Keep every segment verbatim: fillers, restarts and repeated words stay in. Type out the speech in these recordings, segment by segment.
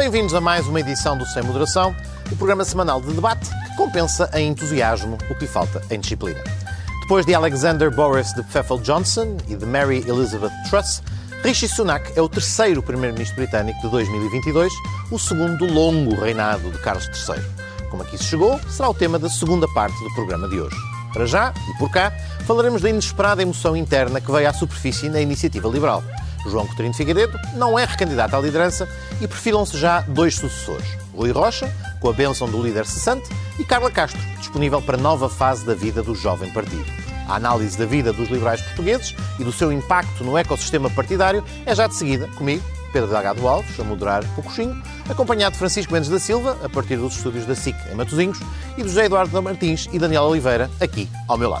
Bem-vindos a mais uma edição do Sem Moderação, o programa semanal de debate que compensa em entusiasmo o que lhe falta em disciplina. Depois de Alexander Boris de Pfeffel-Johnson e de Mary Elizabeth Truss, Rishi Sunak é o terceiro primeiro-ministro britânico de dois mil e vinte e dois, o segundo do longo reinado de Carlos terceiro. Como aqui se chegou, será o tema da segunda parte do programa de hoje. Para já, e por cá, falaremos da inesperada emoção interna que veio à superfície na Iniciativa Liberal. João Coutinho de Figueiredo não é recandidato à liderança e perfilam-se já dois sucessores. Rui Rocha, com a bênção do líder cessante, e Carla Castro, disponível para nova fase da vida do jovem partido. A análise da vida dos liberais portugueses e do seu impacto no ecossistema partidário é já de seguida, comigo, Pedro Delgado Alves, a moderar o coxinho, acompanhado de Francisco Mendes da Silva, a partir dos estúdios da S I C em Matosinhos, e de José Eduardo Martins e Daniel Oliveira, aqui ao meu lado.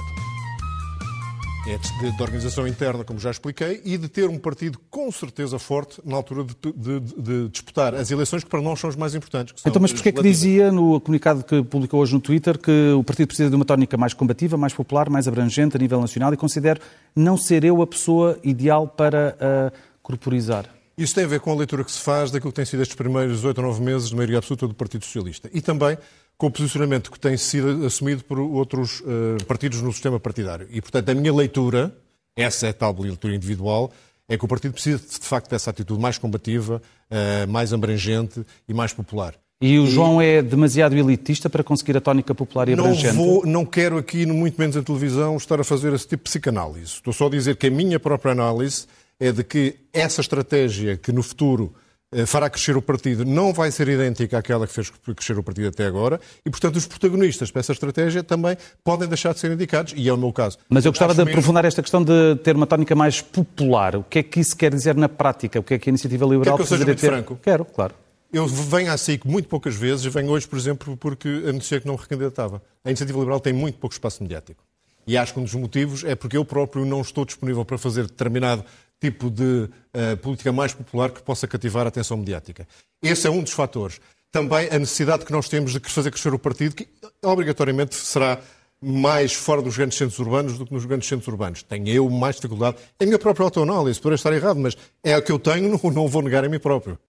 É de, de organização interna, como já expliquei, e de ter um partido com certeza forte na altura de, de, de, de disputar as eleições que para nós são as mais importantes. Que são então, mas porquê é que dizia no comunicado que publicou hoje no Twitter que o partido precisa de uma tónica mais combativa, mais popular, mais abrangente a nível nacional e considero não ser eu a pessoa ideal para uh, corporizar? Isso tem a ver com a leitura que se faz daquilo que tem sido estes primeiros oito ou nove meses de maioria absoluta do Partido Socialista. E também com o posicionamento que tem sido assumido por outros uh, partidos no sistema partidário. E, portanto, a minha leitura, essa é a tal leitura individual, é que o partido precisa, de facto, dessa atitude mais combativa, uh, mais abrangente e mais popular. E o e... João é demasiado elitista para conseguir a tónica popular e abrangente? Não vou, não quero aqui, muito menos em televisão, estar a fazer esse tipo de psicanálise. Estou só a dizer que a minha própria análise é de que essa estratégia que no futuro fará crescer o partido não vai ser idêntica àquela que fez crescer o partido até agora e, portanto, os protagonistas para essa estratégia também podem deixar de ser indicados, e é o meu caso. Mas eu gostava Acho de mesmo... aprofundar esta questão de ter uma tónica mais popular. O que é que isso quer dizer na prática? O que é que a Iniciativa Liberal Quer que eu seja muito ter? franco? Quero, claro. Eu venho à S I C muito poucas vezes, e venho hoje, por exemplo, porque anunciei que não recandidatava. A Iniciativa Liberal tem muito pouco espaço mediático. E acho que um dos motivos é porque eu próprio não estou disponível para fazer determinado tipo de uh, política mais popular que possa cativar a atenção mediática. Esse é um dos fatores. Também a necessidade que nós temos de fazer crescer o partido, que obrigatoriamente será mais fora dos grandes centros urbanos do que nos grandes centros urbanos. Tenho eu mais dificuldade. É a minha própria autoanálise, poderá estar errado, mas é o que eu tenho, não, não vou negar a mim próprio.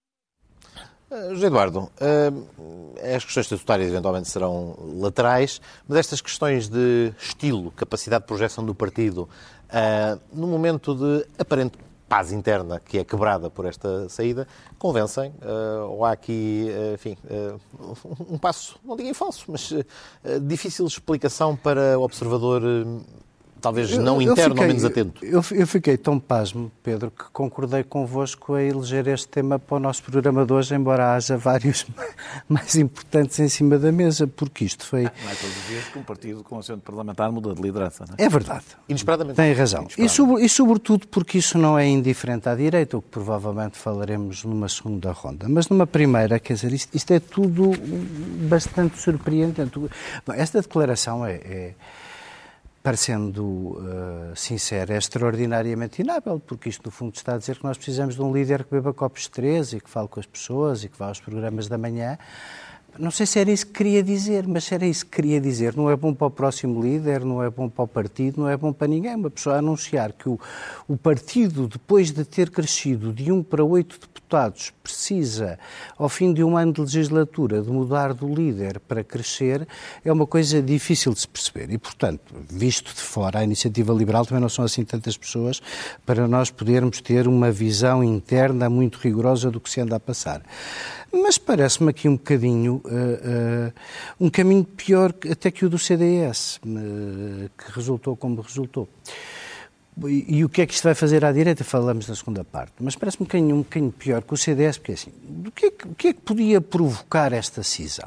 Uh, José Eduardo, uh, as questões estatutárias eventualmente serão laterais, mas estas questões de estilo, capacidade de projeção do partido, uh, no momento de aparente paz interna que é quebrada por esta saída, convencem? Uh, ou há aqui, uh, enfim, uh, um passo, não digo em falso, mas uh, difícil explicação para o observador uh, talvez não eu, interno, eu fiquei, ou menos atento. Eu, eu fiquei tão pasmo, Pedro, que concordei convosco a eleger este tema para o nosso programa de hoje, embora haja vários mais importantes em cima da mesa, porque isto foi... Não é todos os dias que um partido com assento parlamentar muda de liderança, não é? É verdade. Inesperadamente. Tem razão. E, sobre, e sobretudo porque isso não é indiferente à direita, o que provavelmente falaremos numa segunda ronda. Mas numa primeira, quer dizer, isto, isto é tudo bastante surpreendente. Bom, esta declaração é... é parecendo uh, sincero, é extraordinariamente inábil, porque isto, no fundo, está a dizer que nós precisamos de um líder que beba copos de três e que fale com as pessoas e que vá aos programas da manhã. Não sei se era isso que queria dizer, mas se era isso que queria dizer. Não é bom para o próximo líder, não é bom para o partido, não é bom para ninguém. Uma pessoa anunciar que o, o partido, depois de ter crescido de um para oito deputados, precisa, ao fim de um ano de legislatura, de mudar do líder para crescer, é uma coisa difícil de se perceber. E, portanto, visto de fora, a Iniciativa Liberal também não são assim tantas pessoas para nós podermos ter uma visão interna muito rigorosa do que se anda a passar. Mas parece-me aqui um bocadinho, uh, uh, um caminho pior até que o do C D S, uh, que resultou como resultou. E, e o que é que isto vai fazer à direita? Falamos na segunda parte. Mas parece-me um bocadinho, um bocadinho pior que o C D S, porque assim, o que é que, o que é que podia provocar esta cisão?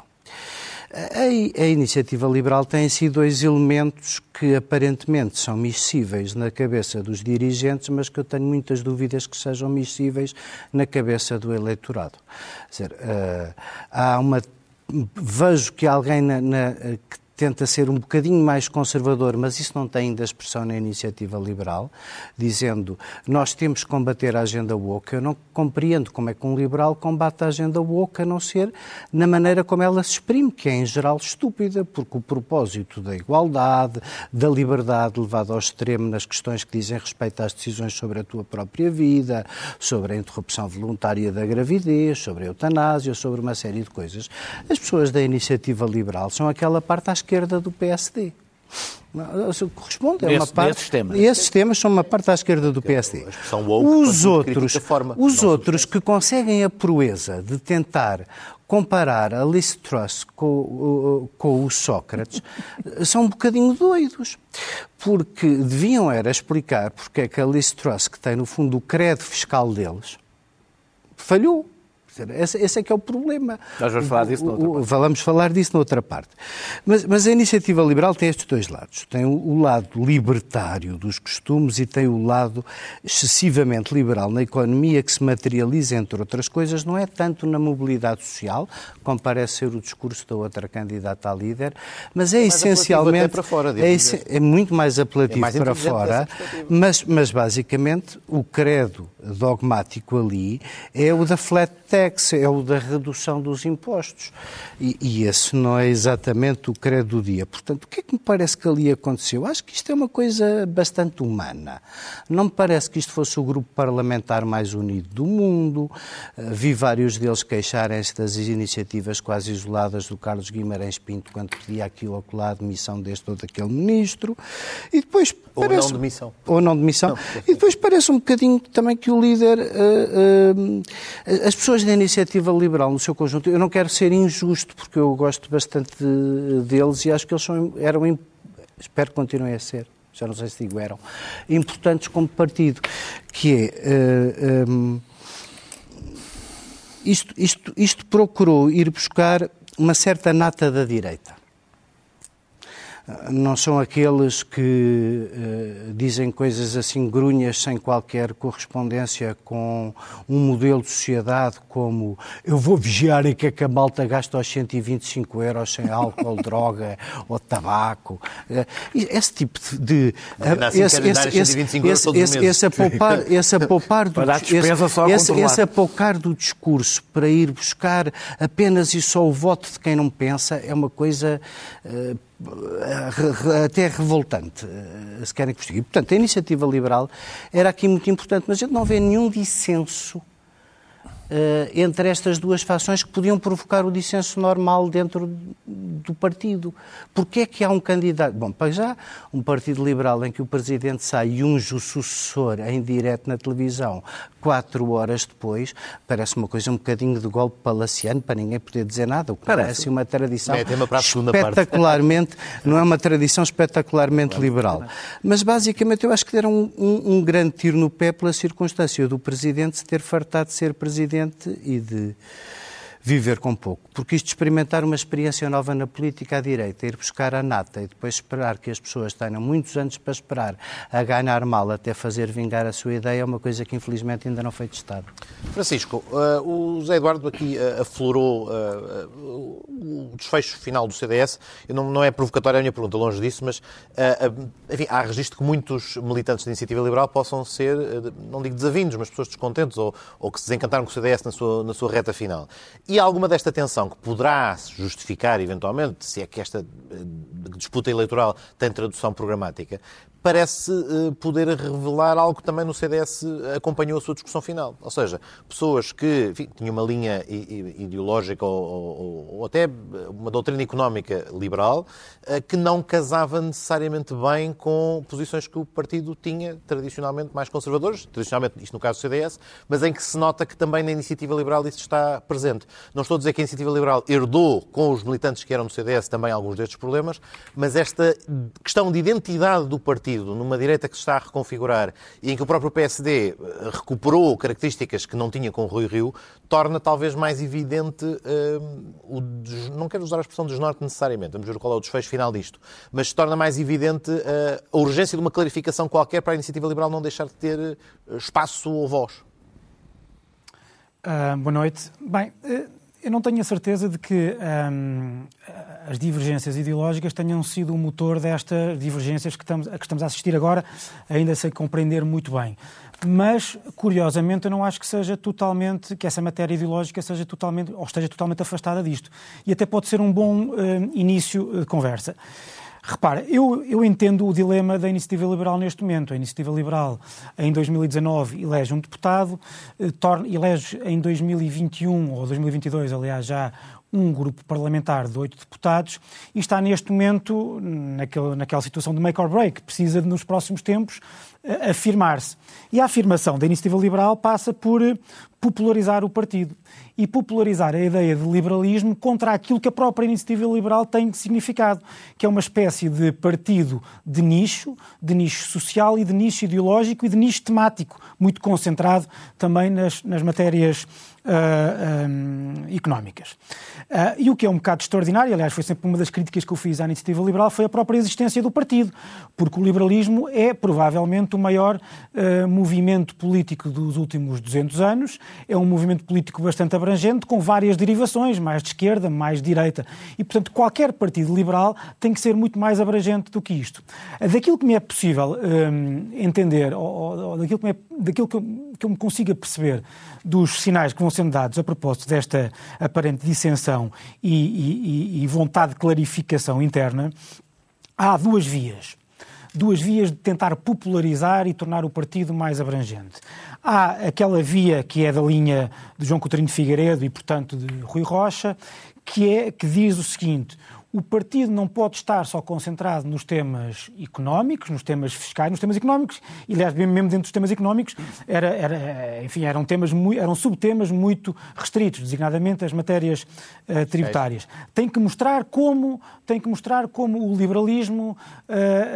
A, a Iniciativa Liberal tem sido dois elementos que aparentemente são miscíveis na cabeça dos dirigentes, mas que eu tenho muitas dúvidas que sejam miscíveis na cabeça do eleitorado. Quer dizer, uh, há uma, vejo que alguém na, na, que tenta ser um bocadinho mais conservador, mas isso não tem ainda expressão na Iniciativa Liberal, dizendo nós temos que combater a agenda woke. Eu não compreendo como é que um liberal combate a agenda woke, a não ser na maneira como ela se exprime, que é em geral estúpida, porque o propósito da igualdade, da liberdade levada ao extremo nas questões que dizem respeito às decisões sobre a tua própria vida, sobre a interrupção voluntária da gravidez, sobre a eutanásia, sobre uma série de coisas. As pessoas da Iniciativa Liberal são aquela parte à esquerda do P S D. Corresponde a uma Desse- parte. desses temas. E esses temas são uma parte à esquerda do P S D. woke, Os quando outros, critica a forma, os não outros que conseguem a proeza de tentar comparar a Liz Truss com, o- com o Sócrates são um bocadinho doidos. Porque deviam era explicar porque é que a Liz Truss, que tem no fundo o credo fiscal deles, falhou. Esse, esse é que é o problema. Nós vamos falar disso noutra parte. Vamos falar disso noutra parte. Mas, mas a Iniciativa Liberal tem estes dois lados. Tem o, o lado libertário dos costumes e tem o lado excessivamente liberal na economia, que se materializa, entre outras coisas, não é tanto na mobilidade social, como parece ser o discurso da outra candidata a líder, mas é, mais apelativo essencialmente... até para fora, devo é, dizer. é muito mais apelativo É mais para inteligente fora, dessa perspectiva. mas, mas basicamente o credo dogmático ali é o da flat tax, é o da redução dos impostos. E, e esse não é exatamente o credo do dia. Portanto, o que é que me parece que ali aconteceu? Acho que isto é uma coisa bastante humana. Não me parece que isto fosse o grupo parlamentar mais unido do mundo. Uh, vi vários deles queixarem-se das iniciativas quase isoladas do Carlos Guimarães Pinto quando pedia aquilo ou acolá a demissão deste ou daquele ministro. E depois Ou parece... não demissão. Ou não demissão. Não. E depois parece um bocadinho também que o líder, uh, uh, as pessoas da Iniciativa Liberal no seu conjunto, eu não quero ser injusto, porque eu gosto bastante de, deles e acho que eles são, eram, espero que continuem a ser, já não sei se digo eram, importantes como partido, que é, uh, um, isto, isto, isto procurou ir buscar uma certa nata da direita. Não são aqueles que uh, dizem coisas assim grunhas sem qualquer correspondência com um modelo de sociedade como eu vou vigiar em que é que a malta gasta os cento e vinte e cinco euros sem álcool, droga ou tabaco. Uh, esse tipo de... Ainda assim querem dar cento e vinte e cinco euros todos os meses. Esse a poupar, esse a poupar do, Para dar despesa só a esse, controlar. esse a poucar do discurso para ir buscar apenas e só o voto de quem não pensa é uma coisa... Uh, até revoltante, se querem que persiga. Portanto, a Iniciativa Liberal era aqui muito importante, mas a gente não vê nenhum dissenso Uh, entre estas duas fações que podiam provocar o dissenso normal dentro do partido. Porquê é que há um candidato... Bom, para já, um partido liberal em que o presidente sai e unge o sucessor em direto na televisão quatro horas depois, parece uma coisa um bocadinho de golpe palaciano para ninguém poder dizer nada, o que parece, parece uma tradição é tema para a segunda parte. espetacularmente... não é uma tradição espetacularmente liberal. Mas, basicamente, eu acho que deram um, um, um grande tiro no pé pela circunstância do presidente se ter fartado de ser presidente e de viver com pouco. Porque isto de experimentar uma experiência nova na política à direita, ir buscar a nata e depois esperar que as pessoas tenham muitos anos para esperar a ganhar mal até fazer vingar a sua ideia é uma coisa que infelizmente ainda não foi testada. Francisco, uh, o José Eduardo aqui uh, aflorou uh, uh, o desfecho final do C D S. Eu não, não é provocatória a minha pergunta, longe disso, mas uh, uh, enfim, há registro que muitos militantes da Iniciativa Liberal possam ser, uh, não digo desavindos, mas pessoas descontentes ou, ou que se desencantaram com o C D S na sua, na sua reta final. E há alguma desta tensão que poderá justificar, eventualmente, se é que esta uh, disputa eleitoral tem tradução programática, parece uh, poder revelar algo que também no C D S acompanhou a sua discussão final. Ou seja, pessoas que enfim, tinham uma linha ideológica ou, ou, ou até uma doutrina económica liberal uh, que não casava necessariamente bem com posições que o partido tinha tradicionalmente mais conservadoras, tradicionalmente, isto no caso do C D S, mas em que se nota que também na Iniciativa Liberal isso está presente. Não estou a dizer que a Iniciativa Liberal herdou com os militantes que eram do C D S também alguns destes problemas, mas esta questão de identidade do partido numa direita que se está a reconfigurar e em que o próprio P S D recuperou características que não tinha com o Rui Rio, torna talvez mais evidente, uh, o des... não quero usar a expressão desnorte necessariamente, vamos ver qual é o desfecho final disto, mas torna mais evidente uh, a urgência de uma clarificação qualquer para a Iniciativa Liberal não deixar de ter uh, espaço ou voz. Uh, boa noite. Bem, uh, eu não tenho a certeza de que um, as divergências ideológicas tenham sido o motor destas divergências que estamos, a que estamos a assistir agora, ainda sem compreender muito bem. Mas, curiosamente, eu não acho que seja totalmente, que essa matéria ideológica seja totalmente, ou esteja totalmente afastada disto. E até pode ser um bom uh, início de conversa. Repara, eu, eu entendo o dilema da Iniciativa Liberal neste momento. A Iniciativa Liberal, em dois mil e dezanove, elege um deputado, eh, torna, elege em dois mil e vinte e um, ou dois mil e vinte e dois, aliás, já um grupo parlamentar de oito deputados e está neste momento naquele, naquela situação de make or break, precisa de, nos próximos tempos uh, afirmar-se. E a afirmação da Iniciativa Liberal passa por uh, popularizar o partido e popularizar a ideia de liberalismo contra aquilo que a própria Iniciativa Liberal tem significado, que é uma espécie de partido de nicho, de nicho social e de nicho ideológico e de nicho temático, muito concentrado também nas, nas matérias Uh, um, económicas. Uh, e o que é um bocado extraordinário, aliás, foi sempre uma das críticas que eu fiz à Iniciativa Liberal, foi a própria existência do partido, porque o liberalismo é provavelmente o maior uh, movimento político dos últimos duzentos anos, é um movimento político bastante abrangente, com várias derivações, mais de esquerda, mais de direita, e, portanto, qualquer partido liberal tem que ser muito mais abrangente do que isto. Uh, daquilo que me é possível um, entender, ou, ou daquilo, que me, é, daquilo que, eu, que eu me consiga perceber dos sinais que vão sendo dados a propósito desta aparente dissensão e, e, e vontade de clarificação interna, há duas vias. Duas vias de tentar popularizar e tornar o partido mais abrangente. Há aquela via que é da linha de João Coutinho de Figueiredo e, portanto, de Rui Rocha, que, é, que diz o seguinte: o partido não pode estar só concentrado nos temas económicos, nos temas fiscais, nos temas económicos, e, aliás, mesmo dentro dos temas económicos, era, era, enfim, eram, temas, eram subtemas muito restritos, designadamente as matérias uh, tributárias. Tem que mostrar como, tem que mostrar como o liberalismo uh,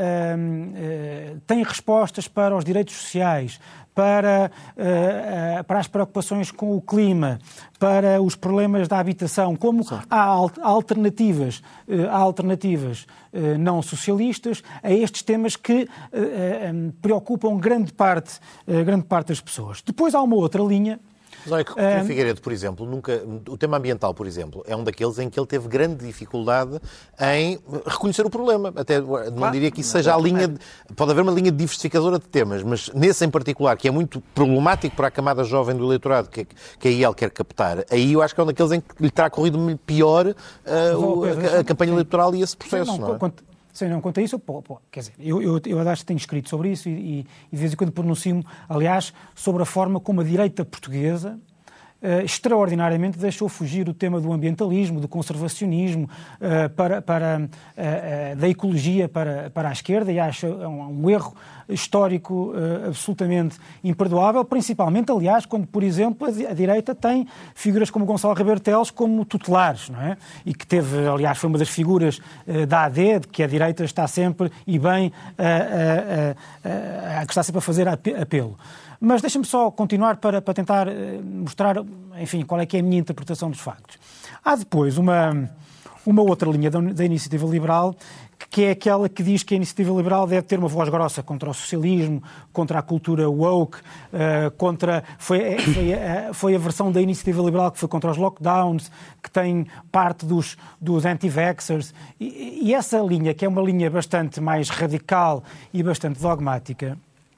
uh, uh, tem respostas para os direitos sociais, para, uh, uh, para as preocupações com o clima, para os problemas da habitação, como há alternativas, uh, há alternativas uh, não socialistas a estes temas que uh, uh, preocupam grande parte, uh, grande parte das pessoas. Depois há uma outra linha. Mas olha que o Figueiredo, por exemplo, nunca, o tema ambiental, por exemplo, é um daqueles em que ele teve grande dificuldade em reconhecer o problema. Até não claro, diria que isso seja a linha... De, pode haver uma linha diversificadora de temas, mas nesse em particular, que é muito problemático para a camada jovem do eleitorado que, que a I E L quer captar, aí eu acho que é um daqueles em que lhe terá corrido pior uh, o, a, a campanha eleitoral e esse processo, não, não é? Quanto, Sim, não, quanto a isso, pô, pô, quer dizer, eu, eu, eu acho que tenho escrito sobre isso e, e, e de vez em quando pronuncio-me, aliás, sobre a forma como a direita portuguesa uh, extraordinariamente deixou fugir o tema do ambientalismo, do conservacionismo, uh, para, para, uh, uh, da ecologia para, para a esquerda, e acho um, um erro histórico uh, absolutamente imperdoável, principalmente, aliás, quando, por exemplo, a, a direita tem figuras como Gonçalo Rebelo Teles como tutelares, não é? E que teve, aliás, foi uma das figuras uh, da A D, de que a direita está sempre, e bem, uh, uh, uh, uh, que está sempre a fazer apelo. Mas deixa-me só continuar para, para tentar uh, mostrar, enfim, qual é que é a minha interpretação dos factos. Há depois uma, uma outra linha da, da Iniciativa Liberal, que é aquela que diz que a Iniciativa Liberal deve ter uma voz grossa contra o socialismo, contra a cultura woke, uh, contra... Foi, foi, a, foi a versão da Iniciativa Liberal que foi contra os lockdowns, que tem parte dos, dos anti-vaxxers. E, e essa linha, que é uma linha bastante mais radical e bastante dogmática,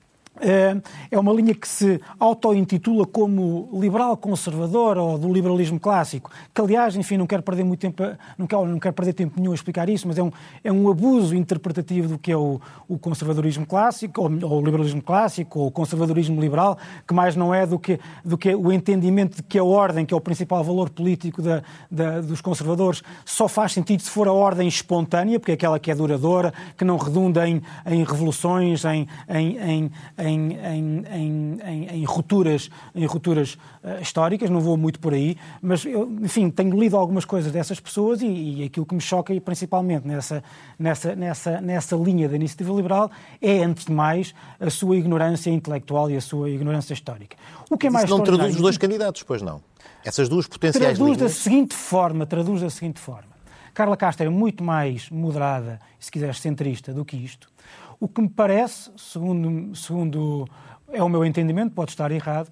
é uma linha que se auto-intitula como liberal conservador ou do liberalismo clássico, que, aliás, enfim, não quero perder muito tempo, não quero, não quero perder tempo nenhum a explicar isso, mas é um, é um abuso interpretativo do que é o, o conservadorismo clássico, ou, ou o liberalismo clássico, ou o conservadorismo liberal, que mais não é do que, do que o entendimento de que a ordem, que é o principal valor político da, da, dos conservadores, só faz sentido se for a ordem espontânea, porque é aquela que é duradoura, que não redunda em, em revoluções, em, em, em Em, em, em, em rupturas, em rupturas uh, históricas, não vou muito por aí, mas eu, enfim, tenho lido algumas coisas dessas pessoas e, e aquilo que me choca, e principalmente nessa, nessa, nessa, nessa linha da Iniciativa Liberal, é, antes de mais, a sua ignorância intelectual e a sua ignorância histórica. O que é mais Isso não traduz os dois candidatos, pois não? Essas duas potenciais traduz linhas... da seguinte forma, traduz da seguinte forma. Carla Castro é muito mais moderada, se quiseres, centrista do que isto. O que me parece, segundo, segundo é o meu entendimento, pode estar errado,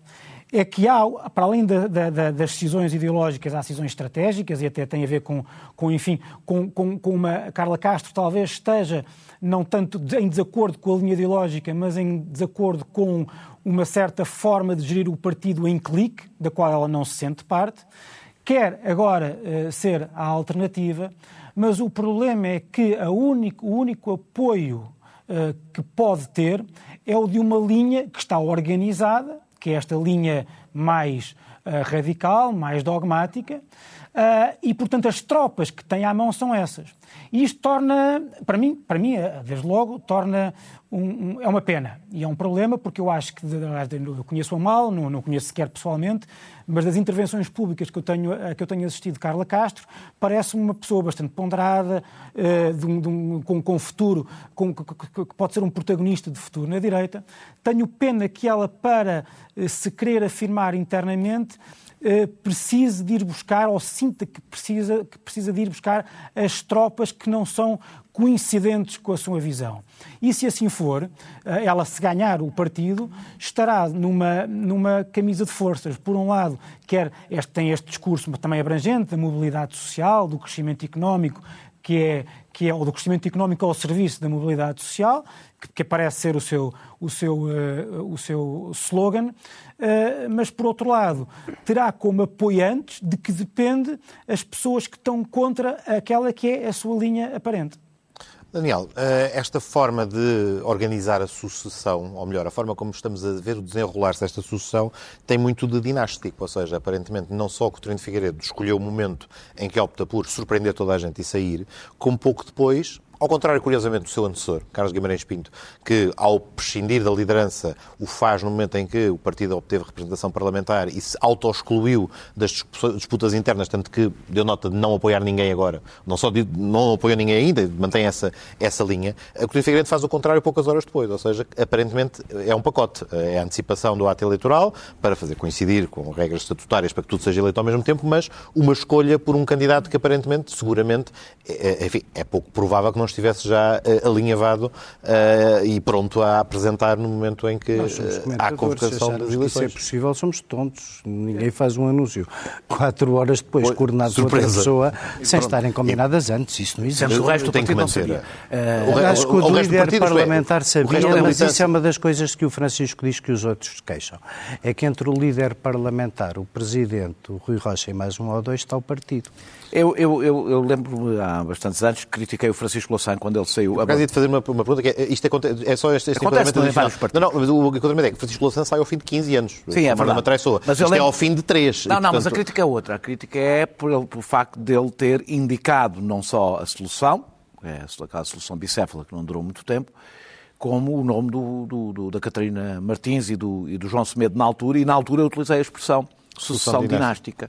é que há, para além da, da, das decisões ideológicas, há decisões estratégicas, e até tem a ver com, com enfim, com, com, com uma... Carla Castro talvez esteja não tanto em desacordo com a linha ideológica, mas em desacordo com uma certa forma de gerir o partido em clique, da qual ela não se sente parte, quer agora uh, ser a alternativa, mas o problema é que a único, o único apoio uh, que pode ter é o de uma linha que está organizada, que é esta linha mais uh, radical, mais dogmática, uh, e, portanto, as tropas que tem à mão são essas. E isto torna, para mim, para mim desde logo, torna um, um, é uma pena. E é um problema, porque eu acho que, eu conheço-a mal, não, não conheço sequer pessoalmente, mas das intervenções públicas que eu tenho, a que eu tenho assistido de Carla Castro, parece-me uma pessoa bastante ponderada, uh, de um, de um, com, com futuro, com, que, que pode ser um protagonista de futuro na direita. Tenho pena que ela, para uh, se querer afirmar internamente, Uh, precise de ir buscar, ou sinta que precisa, que precisa de ir buscar as tropas que não são coincidentes com a sua visão. E se assim for, uh, ela, se ganhar o partido, estará numa, numa camisa de forças. Por um lado, quer este, tem este discurso também abrangente da mobilidade social, do crescimento económico, que é, que é ou do crescimento económico ao serviço da mobilidade social, que, que parece ser o seu, o seu, uh, o seu slogan, uh, mas, por outro lado, terá como apoiantes de que depende as pessoas que estão contra aquela que é a sua linha aparente. Daniel, esta forma de organizar a sucessão, ou melhor, a forma como estamos a ver o desenrolar-se desta sucessão, tem muito de dinástico, ou seja, aparentemente não só Coutinho de Figueiredo escolheu o momento em que opta por surpreender toda a gente e sair, como pouco depois, ao contrário, curiosamente, do seu antecessor, Carlos Guimarães Pinto, que, ao prescindir da liderança, o faz no momento em que o partido obteve representação parlamentar e se auto-excluiu das disputas internas, tanto que deu nota de não apoiar ninguém agora. Não só de, não apoiou ninguém ainda, mantém essa, essa linha. A Coutinho Figueiredo faz o contrário poucas horas depois, ou seja, aparentemente é um pacote. É a antecipação do ato eleitoral para fazer coincidir com regras estatutárias para que tudo seja eleito ao mesmo tempo, mas uma escolha por um candidato que aparentemente, seguramente, é, enfim, é pouco provável que não estivesse já uh, alinhavado uh, e pronto a apresentar no momento em que uh, há a convocação das eleições. Se é possível, somos tontos. Ninguém faz um anúncio quatro horas depois, Oi, coordenado por outra pessoa, e sem pronto. estarem combinadas antes. Isso não existe. O resto tem que manter. Uh, o, acho que o, o líder parlamentar sabia, mas isso é uma das coisas que o Francisco diz que os outros queixam. É que entre o líder parlamentar, o presidente, o Rui Rocha e mais um ou dois, está o partido. Eu, eu, eu, eu lembro-me há bastantes anos que critiquei o Francisco Louçã quando ele saiu. Por acaso ia-te fazer uma, uma pergunta, que é, isto acontece, é só este, este acontece em vários partidos. Não, não, mas o enquadramento é que Francisco Louçã sai ao fim de quinze anos. Sim, é verdade. Uma traiçoa. Mas isto lembro... é ao fim de três. Não, e, não, portanto... mas a crítica é outra. A crítica é por, ele, por facto dele ter indicado não só a solução, é aquela solução bicéfala que não durou muito tempo, como o nome do, do, do, da Catarina Martins e do, e do João Semedo na altura, e na altura eu utilizei a expressão sucessão dinástica.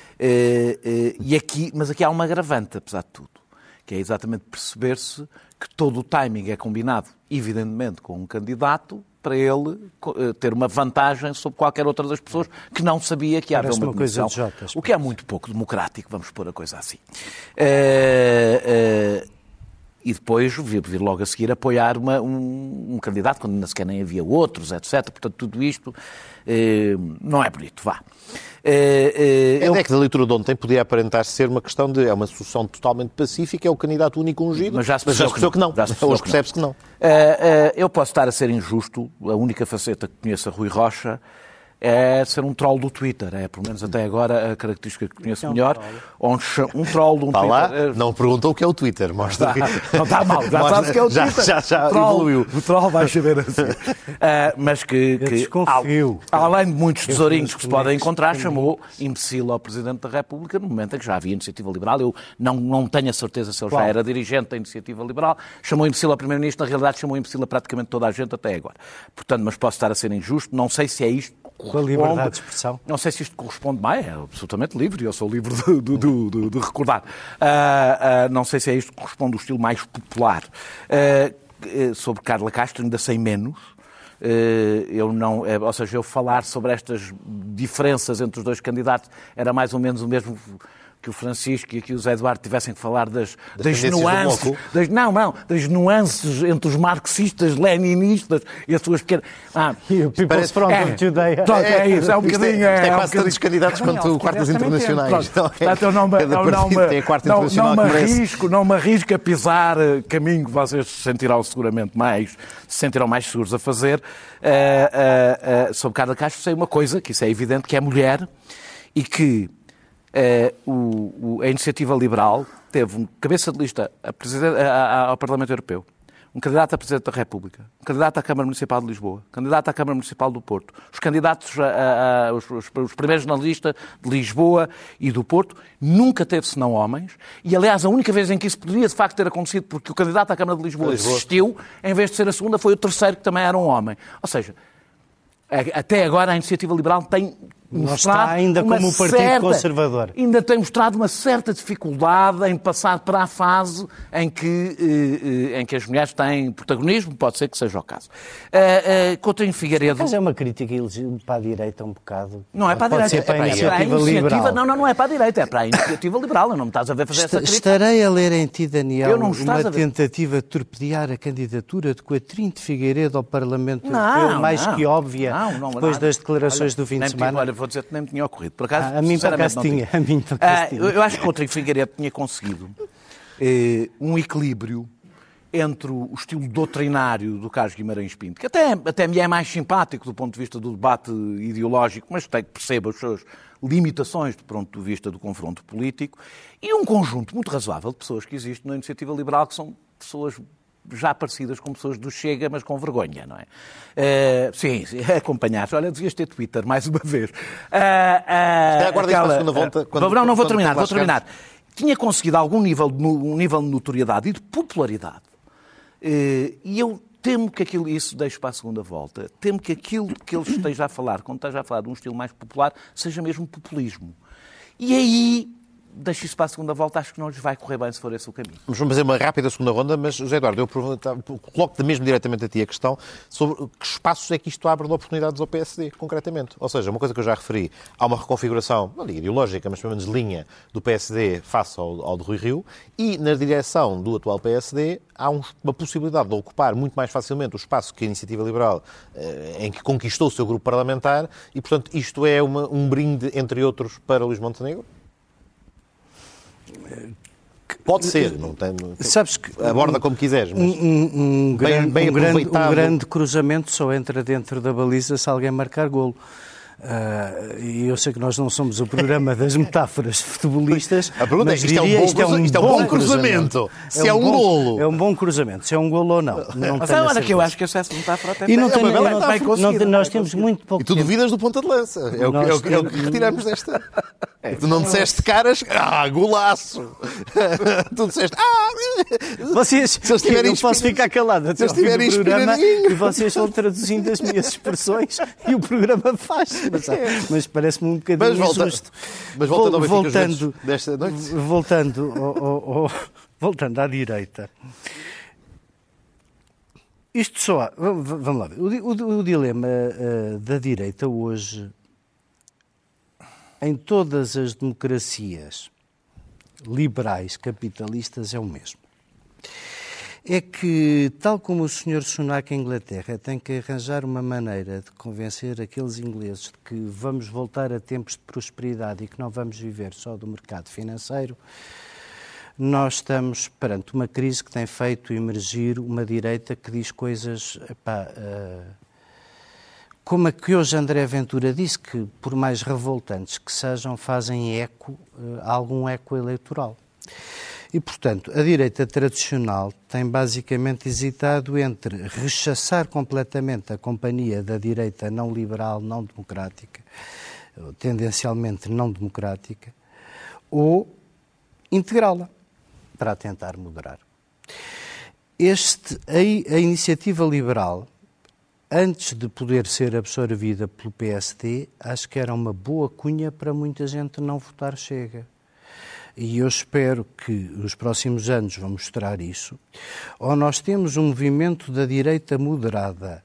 Uh, uh, e aqui, mas aqui há uma agravante, apesar de tudo, que é exatamente perceber-se que todo o timing é combinado, evidentemente, com um candidato para ele uh, ter uma vantagem sobre qualquer outra das pessoas que não sabia que ia haver uma, uma comissão, o que é muito pouco democrático, vamos pôr a coisa assim. Uh, uh, E depois vir, vir logo a seguir apoiar uma, um, um candidato, quando nem sequer nem havia outros, etcétera. Portanto, tudo isto eh, não é bonito, vá. Eh, eh, é eu... é que da leitura de ontem podia aparentar ser uma questão de... É uma solução totalmente pacífica, é o candidato único ungido, mas já se percebeu, mas já se percebeu que não. Que não. Hoje percebe-se que não. Eh, eh, eu posso estar a ser injusto, a única faceta que conheço a Rui Rocha é ser um troll do Twitter, é pelo menos até agora a característica que conheço melhor, onde um troll de um Está Twitter... Lá, não perguntou o que é o Twitter, mostra que... Não está mal, já sabes o que é o Twitter. Já, já, já o troll, evoluiu. O troll vai saber assim. uh, mas que, que al, além de muitos tesourinhos que se podem encontrar, chamou imbecil ao Presidente da República no momento em que já havia Iniciativa Liberal. Eu não, não tenho a certeza se ele já era dirigente da Iniciativa Liberal. Chamou imbecil ao Primeiro-Ministro, na realidade chamou imbecil a praticamente toda a gente até agora. Portanto, mas posso estar a ser injusto, não sei se é isto com a liberdade de expressão. Não sei se isto corresponde mais, é absolutamente livre, e eu sou livre de, de, de, de, de recordar. Uh, uh, não sei se é isto que corresponde ao estilo mais popular. Uh, sobre Carla Castro ainda sei menos. Uh, eu não, é, ou seja, eu falar sobre estas diferenças entre os dois candidatos era mais ou menos o mesmo que o Francisco e aqui o Zé Eduardo tivessem que falar das, das, das nuances, das, não, não, das nuances entre os marxistas, leninistas e as suas pequenas... Ah, People's Front of Judea. Pronto, é isso, é um Isto bocadinho... Isto é, é um quase tantos candidatos Bem, quanto quartas internacionais. Pronto, portanto, eu não me, Cada não, não partido me, tem a quarta não, internacional não me que merece. arrisco, não me arrisco a pisar eh, caminho que vocês se sentirão seguramente mais, se sentirão mais seguros a fazer. Uh, uh, uh, sobre Carla Castro sei uma coisa, que isso é evidente, que é mulher e que uh, o, o, a Iniciativa Liberal teve um cabeça de lista a presidente, a, a, ao Parlamento Europeu, um candidato a Presidente da República, um candidato à Câmara Municipal de Lisboa, um candidato à Câmara Municipal do Porto, os candidatos, a, a, a, os, os, os primeiros na lista de Lisboa e do Porto, nunca teve senão homens, e aliás a única vez em que isso poderia de facto ter acontecido, porque o candidato à Câmara de Lisboa, Lisboa. desistiu, em vez de ser a segunda, foi o terceiro que também era um homem. Ou seja, até agora a Iniciativa Liberal tem Não está ainda como o Partido certa, Conservador. Ainda tem mostrado uma certa dificuldade em passar para a fase em que, eh, em que as mulheres têm protagonismo, pode ser que seja o caso. Uh, uh, Coutinho Figueiredo... Mas é uma crítica ilegítima para a direita um bocado. Não é para a direita, ser para é para a iniciativa, iniciativa liberal. Não, não, não é para a direita, é para a Iniciativa Liberal. Não me estás a ver fazer essa crítica. Estarei a ler em ti, Daniel, uma a tentativa de torpedear a candidatura de Coatrinho de Figueiredo ao Parlamento não, Europeu, mais não, que óbvia, não, não, depois nada. das declarações olha, do fim de nem semana. Me, olha, vou dizer que nem me tinha ocorrido. Por acaso, ah, a mim por acaso tinha. A mim por acaso ah, tinha. Eu acho que o Coutinho Figueiredo tinha conseguido eh, um equilíbrio entre o estilo doutrinário do Carlos Guimarães Pinto, que até, até me é mais simpático do ponto de vista do debate ideológico, mas tem que perceber as suas limitações do ponto de vista do confronto político, e um conjunto muito razoável de pessoas que existem na Iniciativa Liberal, que são pessoas já parecidas com pessoas do Chega, mas com vergonha, não é? Uh, sim, acompanhaste. Olha, devias ter Twitter, mais uma vez. Uh, uh, agora aquela, a segunda volta. Quando, não, não vou quando, terminar, quando vou terminar. Tinha conseguido algum nível de, um nível de notoriedade e de popularidade. Uh, e eu temo que aquilo, isso deixo para a segunda volta, temo que aquilo que ele esteja a falar, quando esteja a falar de um estilo mais popular, seja mesmo populismo. E aí... deixo isso para a segunda volta, acho que não lhes vai correr bem se for esse o caminho. Vamos fazer uma rápida segunda ronda, mas, José Eduardo, eu coloco-te mesmo diretamente a ti a questão sobre que espaços é que isto abre de oportunidades ao P S D, concretamente. Ou seja, uma coisa que eu já referi, há uma reconfiguração, não digo ideológica, mas pelo menos de linha do P S D face ao, ao de Rui Rio, e na direção do atual P S D há um, uma possibilidade de ocupar muito mais facilmente o espaço que a Iniciativa Liberal, eh, em que conquistou o seu grupo parlamentar, e, portanto, isto é uma, um brinde, entre outros, para Luís Montenegro? Pode ser, não tem, sabes que aborda como quiseres, mas um, um, um, bem, grande, bem um, grande, um aproveitado. grande cruzamento só entra dentro da baliza se alguém marcar golo. Uh, e eu sei que nós não somos o programa das metáforas futebolistas. A pergunta mas é, isto, é um bom, isto é um isto é um bom cruzamento. Se é um, bom, golo. É um bom cruzamento. Se é um golo ou não. não Mas é hora que eu acho que essa metáfora até e não tem, é não, não, não, não, nós temos muito pouco E tu tempo. duvidas do ponta de lança. É o, que, é o, que, é o que retiramos desta. É, tu não disseste caras, ah, golaço. Tu disseste, ah. Vocês, se eles tiverem eu posso ficar calado até ao fim do programa e vocês vão traduzindo as minhas expressões e o programa faz. Mas, mas parece-me um bocadinho mas volta, injusto. Mas voltando, Vol, voltando, desta noite. Voltando, ao, ao, ao, voltando à direita. Isto só há, vamos lá ver. O, o, o dilema uh, da direita hoje, em todas as democracias liberais, capitalistas, é o mesmo. É que, tal como o senhor Sunak em Inglaterra tem que arranjar uma maneira de convencer aqueles ingleses de que vamos voltar a tempos de prosperidade e que não vamos viver só do mercado financeiro, nós estamos perante uma crise que tem feito emergir uma direita que diz coisas, epá, uh, como a que hoje André Ventura disse, que por mais revoltantes que sejam, fazem eco, uh, algum eco eleitoral. E, portanto, a direita tradicional tem basicamente hesitado entre rechaçar completamente a companhia da direita não liberal, não democrática, tendencialmente não democrática, ou integrá-la para tentar moderar. Este, a, a iniciativa liberal, antes de poder ser absorvida pelo P S D, acho que era uma boa cunha para muita gente não votar Chega. E eu espero que os próximos anos vão mostrar isso. Ou nós temos um movimento da direita moderada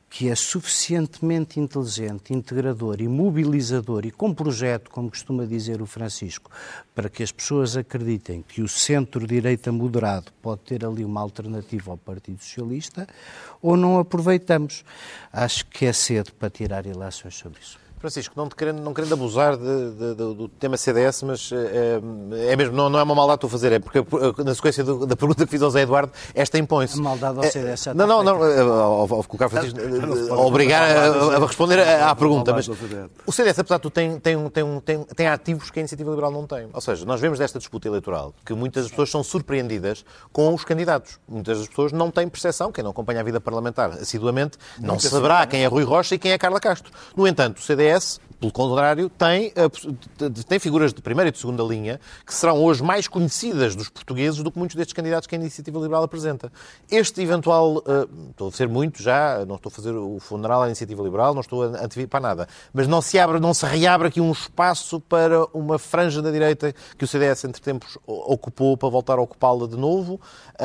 que é suficientemente inteligente, integrador e mobilizador e com projeto, como costuma dizer o Francisco, para que as pessoas acreditem que o centro-direita moderado pode ter ali uma alternativa ao Partido Socialista, ou não aproveitamos. Acho que é cedo para tirar ilações sobre isso. Francisco, não, te querendo, não querendo abusar de, de, de, do tema C D S, mas é, é mesmo, não, não é uma maldade que estou a fazer, é porque na sequência do, da pergunta que fiz ao Zé Eduardo, esta impõe-se. A maldade ao C D S já é, Não, não, não, ao, ao colocar Francisco, ao obrigar a, a responder à pergunta, mas o C D S, apesar de tudo, tem, tem, tem, tem, tem ativos que a Iniciativa Liberal não tem. Ou seja, nós vemos desta disputa eleitoral que muitas das pessoas são surpreendidas com os candidatos. Muitas das pessoas não têm percepção, quem não acompanha a vida parlamentar assiduamente, não saberá quem é Rui Rocha e quem é Carla Castro. No entanto, o C D S, pelo contrário, tem, tem figuras de primeira e de segunda linha que serão hoje mais conhecidas dos portugueses do que muitos destes candidatos que a Iniciativa Liberal apresenta. Este eventual, estou a dizer muito já, não estou a fazer o funeral à Iniciativa Liberal, não estou a antecipar nada, mas não se, abre, não se reabre aqui um espaço para uma franja da direita que o C D S, entre tempos, ocupou para voltar a ocupá-la de novo.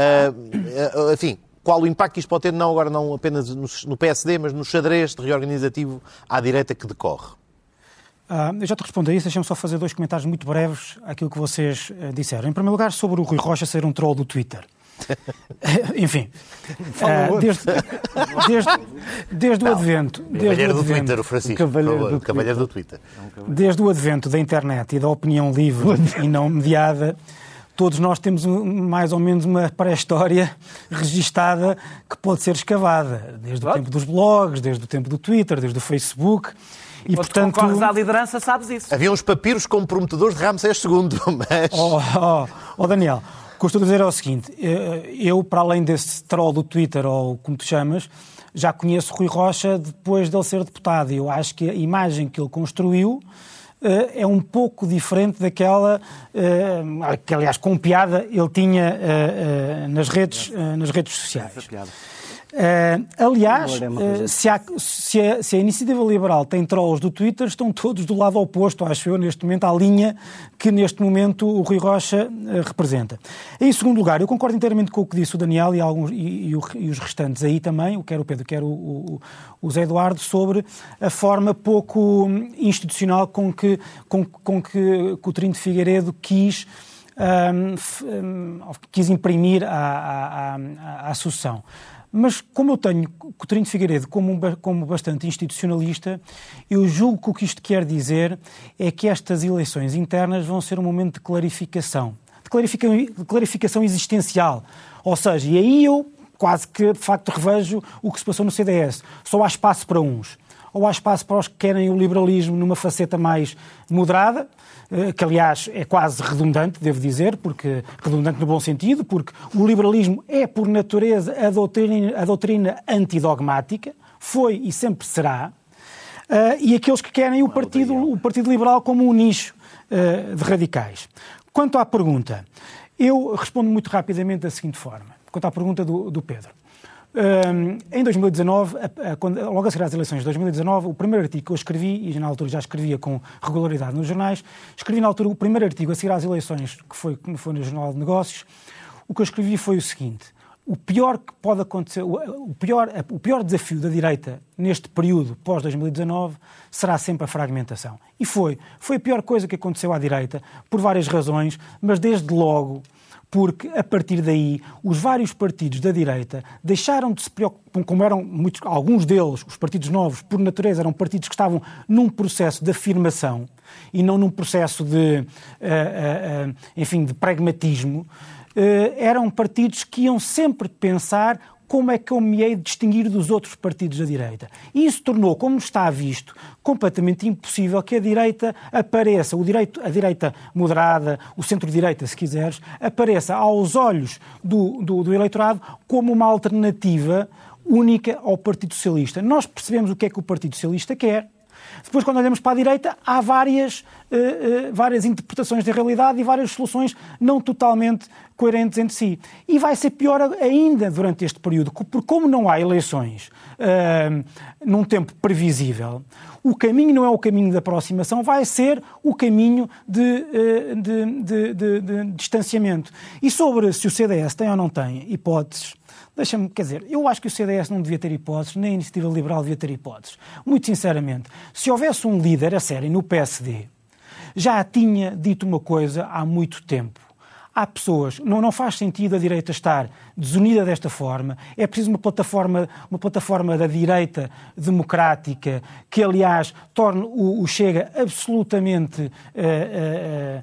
Enfim, qual o impacto que isto pode ter, não agora não apenas no P S D, mas no xadrez reorganizativo à direita que decorre? Uh, eu já te respondo a isso, deixem-me só fazer dois comentários muito breves àquilo que vocês uh, disseram. Em primeiro lugar, sobre o Rui Rocha ser um troll do Twitter. Enfim, uh, desde, desde, desde o advento... Desde Cavalheiro o do advento, Twitter, o Francisco, o Cavalheiro, por favor, do, Cavalheiro do Twitter. Desde o advento da internet e da opinião livre e não mediada, todos nós temos um, mais ou menos uma pré-história registada que pode ser escavada. Desde claro. o tempo dos blogs, desde o tempo do Twitter, desde o Facebook... E, portanto, concorres à liderança, sabes isso. Havia uns papiros comprometedores de Ramsés segundo, mas... Oh, oh, oh Daniel, o que eu estou a dizer é o seguinte, eu, para além desse troll do Twitter, ou como tu chamas, já conheço Rui Rocha depois de ele ser deputado, e eu acho que a imagem que ele construiu uh, é um pouco diferente daquela uh, que, aliás, com piada, ele tinha uh, uh, nas, redes, uh, nas redes sociais. Uh, aliás, uh, se, há, se, a, se a Iniciativa Liberal tem trolls do Twitter, estão todos do lado oposto, acho eu, neste momento, à linha que neste momento o Rui Rocha uh, representa. Em segundo lugar, eu concordo inteiramente com o que disse o Daniel e, alguns, e, e, o, e os restantes aí também, quer o Pedro, quer o, o, o Zé Eduardo, sobre a forma pouco institucional com que, com, com que Coutinho de Figueiredo quis, um, um, quis imprimir à, à, à sucessão. Mas como eu tenho Coutinho de Figueiredo como, como bastante institucionalista, eu julgo que o que isto quer dizer é que estas eleições internas vão ser um momento de clarificação, de, clarifica, de clarificação existencial. Ou seja, e aí eu quase que de facto revejo o que se passou no C D S. Só há espaço para uns. Ou há espaço para os que querem o liberalismo numa faceta mais moderada, que aliás é quase redundante, devo dizer, porque redundante no bom sentido, porque o liberalismo é por natureza a doutrina, a doutrina antidogmática, foi e sempre será, uh, e aqueles que querem o partido, o partido Liberal como um nicho uh, de radicais. Quanto à pergunta, eu respondo muito rapidamente da seguinte forma, quanto à pergunta do, do Pedro. Um, em dois mil e dezanove, a, a, quando, logo a seguir às eleições de dois mil e dezanove, o primeiro artigo que eu escrevi, e na altura já escrevia com regularidade nos jornais, escrevi na altura o primeiro artigo a seguir às eleições, que foi, que foi no Jornal de Negócios, o que eu escrevi foi o seguinte: o pior que pode acontecer, o, o, pior, o pior desafio da direita neste período pós dois mil e dezanove será sempre a fragmentação. E foi, foi a pior coisa que aconteceu à direita, por várias razões, mas desde logo porque, a partir daí, os vários partidos da direita deixaram de se preocupar, como eram muitos, alguns deles, os partidos novos, por natureza, eram partidos que estavam num processo de afirmação e não num processo de, uh, uh, uh, enfim, de pragmatismo, uh, eram partidos que iam sempre pensar como é que eu me hei de distinguir dos outros partidos da direita. E isso tornou, como está visto, completamente impossível que a direita apareça, o direito, a direita moderada, o centro-direita, se quiseres, apareça aos olhos do, do, do eleitorado como uma alternativa única ao Partido Socialista. Nós percebemos o que é que o Partido Socialista quer. Depois, quando olhamos para a direita, há várias, uh, uh, várias interpretações da realidade e várias soluções não totalmente coerentes entre si. E vai ser pior ainda durante este período, porque como não há eleições uh, num tempo previsível, o caminho não é o caminho da aproximação, vai ser o caminho de, de, de, de, de distanciamento. E sobre se o C D S tem ou não tem hipóteses, deixa-me, quer dizer, eu acho que o C D S não devia ter hipóteses, nem a Iniciativa Liberal devia ter hipóteses. Muito sinceramente, se houvesse um líder a sério no P S D, já tinha dito uma coisa há muito tempo. Há pessoas, não, não faz sentido a direita estar desunida desta forma, é preciso uma plataforma, uma plataforma da direita democrática que, aliás, torne o, o Chega absolutamente uh, uh,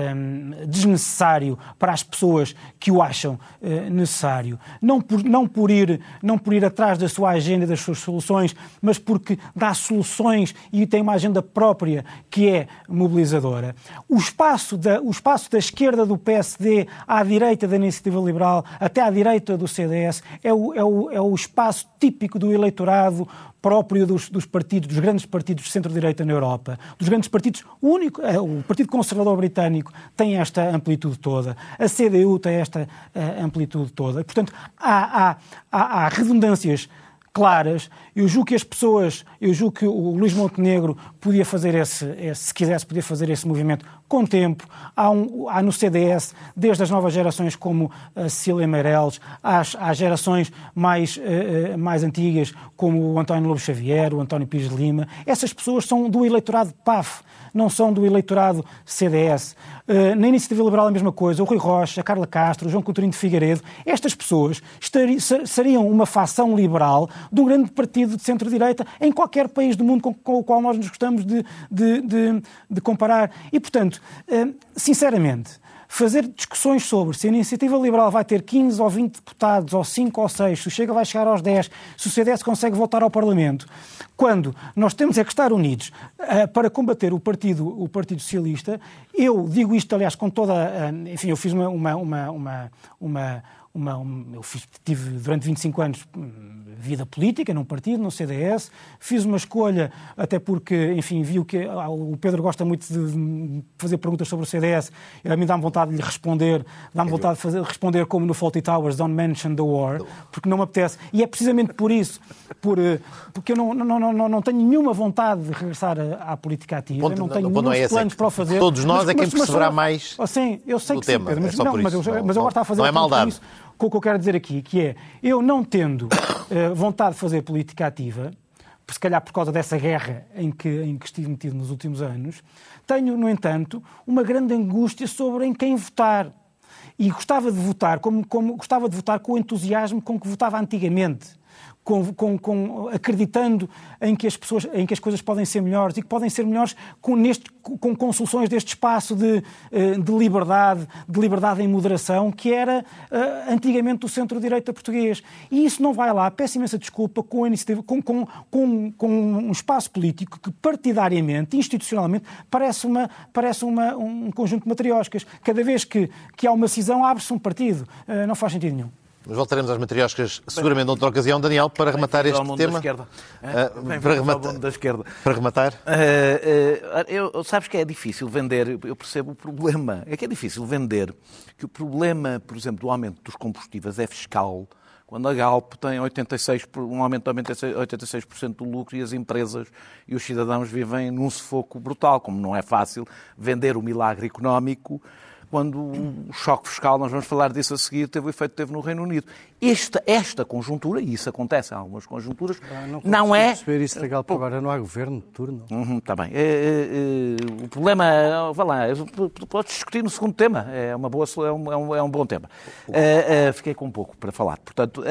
uh, desnecessário para as pessoas que o acham uh, necessário. Não por, não, por ir, não por ir atrás da sua agenda, das suas soluções, mas porque dá soluções e tem uma agenda própria que é mobilizadora. O espaço da, o espaço da esquerda do P S D à direita da Iniciativa Liberal, até à direita do C D S, é o, é o, é o espaço típico do eleitorado próprio dos, dos partidos, dos grandes partidos de centro-direita na Europa. Dos grandes partidos, o único, o Partido Conservador Britânico tem esta amplitude toda, a C D U tem esta uh, amplitude toda. Portanto, há, há, há, há redundâncias claras. Eu julgo que as pessoas, eu julgo que o Luís Montenegro podia fazer esse, esse se quisesse, podia fazer esse movimento com tempo. Há, um, há no C D S, desde as novas gerações como a Cecília Meirelles, às, às gerações mais, uh, mais antigas como o António Lobo Xavier, o António Pires de Lima. Essas pessoas são do eleitorado P A F, não são do eleitorado C D S. Uh, na Iniciativa Liberal a mesma coisa, o Rui Rocha, a Carla Castro, o João Coutinho de Figueiredo. Estas pessoas estari, seriam uma facção liberal de um grande partido de centro-direita em qualquer país do mundo com, com o qual nós nos gostamos de, de, de, de comparar. E, portanto, uh, sinceramente, fazer discussões sobre se a Iniciativa Liberal vai ter quinze ou vinte deputados, ou cinco ou seis, se o Chega vai chegar aos dez, se o C D S consegue voltar ao Parlamento, quando nós temos é que estar unidos uh, para combater o Partido, o Partido Socialista. Eu digo isto, aliás, com toda... Uh, enfim, eu fiz uma... uma, uma, uma, uma Uma, um, eu fiz, tive durante vinte e cinco anos vida política num partido, no C D S, fiz uma escolha, até porque, enfim, viu que ah, o Pedro gosta muito de fazer perguntas sobre o C D S, a mim dá-me vontade de lhe responder, dá-me vontade de fazer, responder como no Fawlty Towers, don't mention the war, porque não me apetece, e é precisamente por isso, por, porque eu não, não, não, não, não tenho nenhuma vontade de regressar à, à política ativa, ponto, eu não tenho nenhum é planos é para o fazer. Todos nós mas, é quem mas, perceberá mas, mais assim, eu sei do que tema, sim, Pedro, mas, é só não, por mas, isso, eu, não, mas eu não, agora está a fazer não é maldade. Isso, com o que eu quero dizer aqui, que é, eu não tendo uh, vontade de fazer política ativa, se calhar por causa dessa guerra em que, em que estive metido nos últimos anos, tenho, no entanto, uma grande angústia sobre em quem votar. E gostava de votar, como, como, gostava de votar com o entusiasmo com que votava antigamente. Com, com, com, acreditando em que, as pessoas, em que as coisas podem ser melhores e que podem ser melhores com, neste, com, com soluções deste espaço de, de liberdade, de liberdade em moderação, que era uh, antigamente o centro-direita português. E isso não vai lá, peço imensa desculpa, com, a iniciativa, com, com, com, com um espaço político que partidariamente, institucionalmente, parece, uma, parece uma, um conjunto de matrioscas. Cada vez que, que há uma cisão, abre-se um partido. Uh, não faz sentido nenhum. Mas voltaremos às matrioscas seguramente noutra ocasião, Daniel, para rematar este tema. Da esquerda. Uh, para, rematar, da esquerda. para rematar. Uh, uh, eu, sabes que é difícil vender, eu percebo o problema, é que é difícil vender que o problema, por exemplo, do aumento dos combustíveis é fiscal, quando a Galp tem oitenta e seis, um aumento de oitenta e seis por cento do lucro e as empresas e os cidadãos vivem num sufoco brutal, como não é fácil vender o milagre económico quando o choque fiscal, nós vamos falar disso a seguir, teve o efeito que teve no Reino Unido. Esta, esta conjuntura, e isso acontece em algumas conjunturas, ah, não, não é... perceber isso legal, porque agora não há governo de turno. Uhum, está bem. É, é, é, o problema, vá lá, podes discutir no segundo tema, é, uma boa, é, um, é um bom tema. É, é, fiquei com um pouco para falar. Portanto,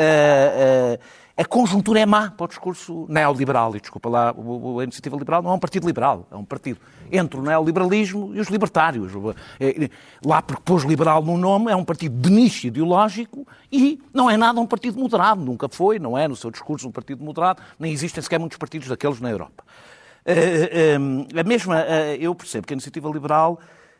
é, é, a conjuntura é má para o discurso neoliberal, e desculpa lá, a Iniciativa Liberal não é um partido liberal, é um partido entre o neoliberalismo e os libertários. Lá porque pôs liberal no nome, é um partido de nicho ideológico e não é nada um partido moderado, nunca foi, não é no seu discurso um partido moderado, nem existem sequer muitos partidos daqueles na Europa. A mesma, eu percebo que a Iniciativa Liberal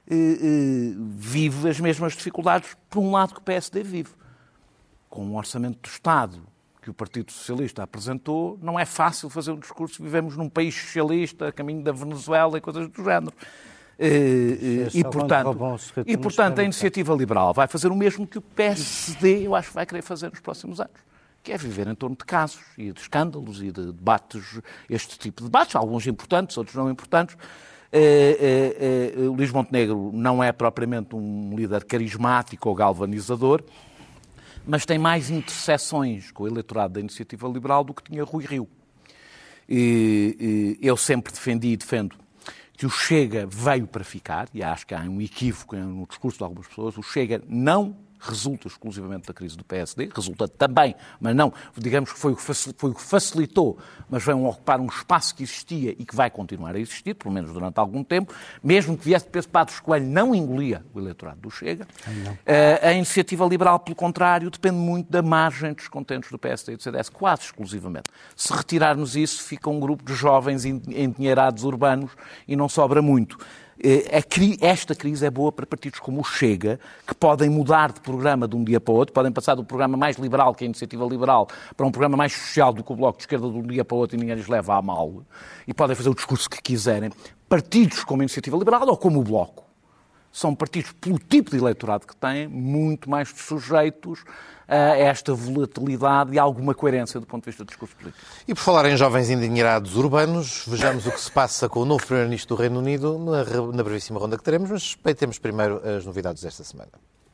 vive as mesmas dificuldades, por um lado, que o P S D vive. Com um orçamento do Estado que o Partido Socialista apresentou, não é fácil fazer um discurso, vivemos num país socialista, a caminho da Venezuela e coisas do género. E, e, portanto, e, portanto, a Iniciativa Liberal vai fazer o mesmo que o P S D, eu acho que vai querer fazer nos próximos anos, que é viver em torno de casos e de escândalos e de debates, este tipo de debates, alguns importantes, outros não importantes. É, é, é, o Luís Montenegro não é propriamente um líder carismático ou galvanizador, mas tem mais interseções com o eleitorado da Iniciativa Liberal do que tinha Rui Rio. E, e, eu sempre defendi e defendo que o Chega veio para ficar, e acho que há um equívoco no discurso de algumas pessoas. O Chega não resulta exclusivamente da crise do P S D, resulta também, mas não, digamos que foi o que, foi o que facilitou, mas vão ocupar um espaço que existia e que vai continuar a existir, pelo menos durante algum tempo, mesmo que viesse de Pedro Passos Coelho, não engolia o eleitorado do Chega. Uh, a Iniciativa Liberal, pelo contrário, depende muito da margem dos descontentes do P S D e do C D S, quase exclusivamente. Se retirarmos isso, fica um grupo de jovens endinheirados urbanos e não sobra muito. Esta crise é boa para partidos como o Chega, que podem mudar de programa de um dia para o outro, podem passar do programa mais liberal, que é a Iniciativa Liberal, para um programa mais social do que o Bloco de Esquerda de um dia para o outro e ninguém lhes leva a mal, e podem fazer o discurso que quiserem. Partidos como a Iniciativa Liberal ou como o Bloco são partidos, pelo tipo de eleitorado que têm, muito mais sujeitos a esta volatilidade e a alguma coerência do ponto de vista do discurso político. E por falar em jovens endinheirados urbanos, vejamos o que se passa com o novo Primeiro-Ministro do Reino Unido na, na brevíssima ronda que teremos, mas respeitemos primeiro as novidades desta semana.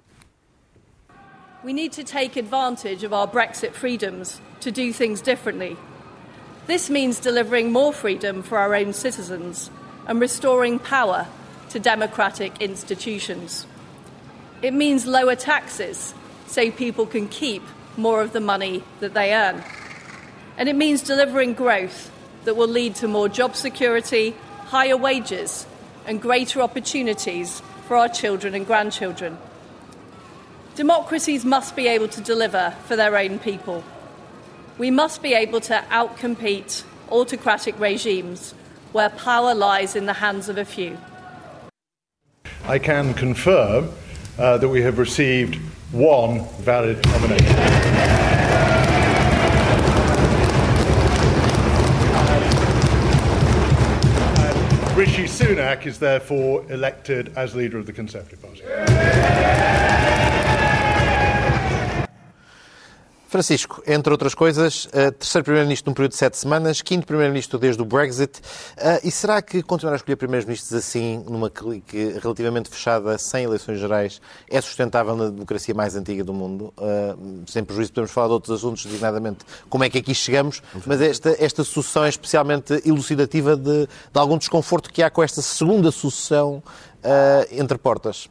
We need to take advantage of our Brexit freedoms to do things differently. This means delivering more freedom for our own citizens and restoring power to democratic institutions. It means lower taxes so people can keep more of the money that they earn. And it means delivering growth that will lead to more job security, higher wages and greater opportunities for our children and grandchildren. Democracies must be able to deliver for their own people. We must be able to outcompete autocratic regimes where power lies in the hands of a few. I can confirm uh, that we have received one valid nomination. And Rishi Sunak is therefore elected as leader of the Conservative Party. Francisco, entre outras coisas, terceiro Primeiro-Ministro num período de sete semanas, quinto Primeiro-Ministro desde o Brexit. E será que continuar a escolher Primeiros-Ministros assim, numa clique relativamente fechada, sem eleições gerais, é sustentável na democracia mais antiga do mundo? Sem prejuízo, podemos falar de outros assuntos, designadamente como é que aqui chegamos, mas esta, esta sucessão é especialmente elucidativa de, de algum desconforto que há com esta segunda sucessão uh, entre portas.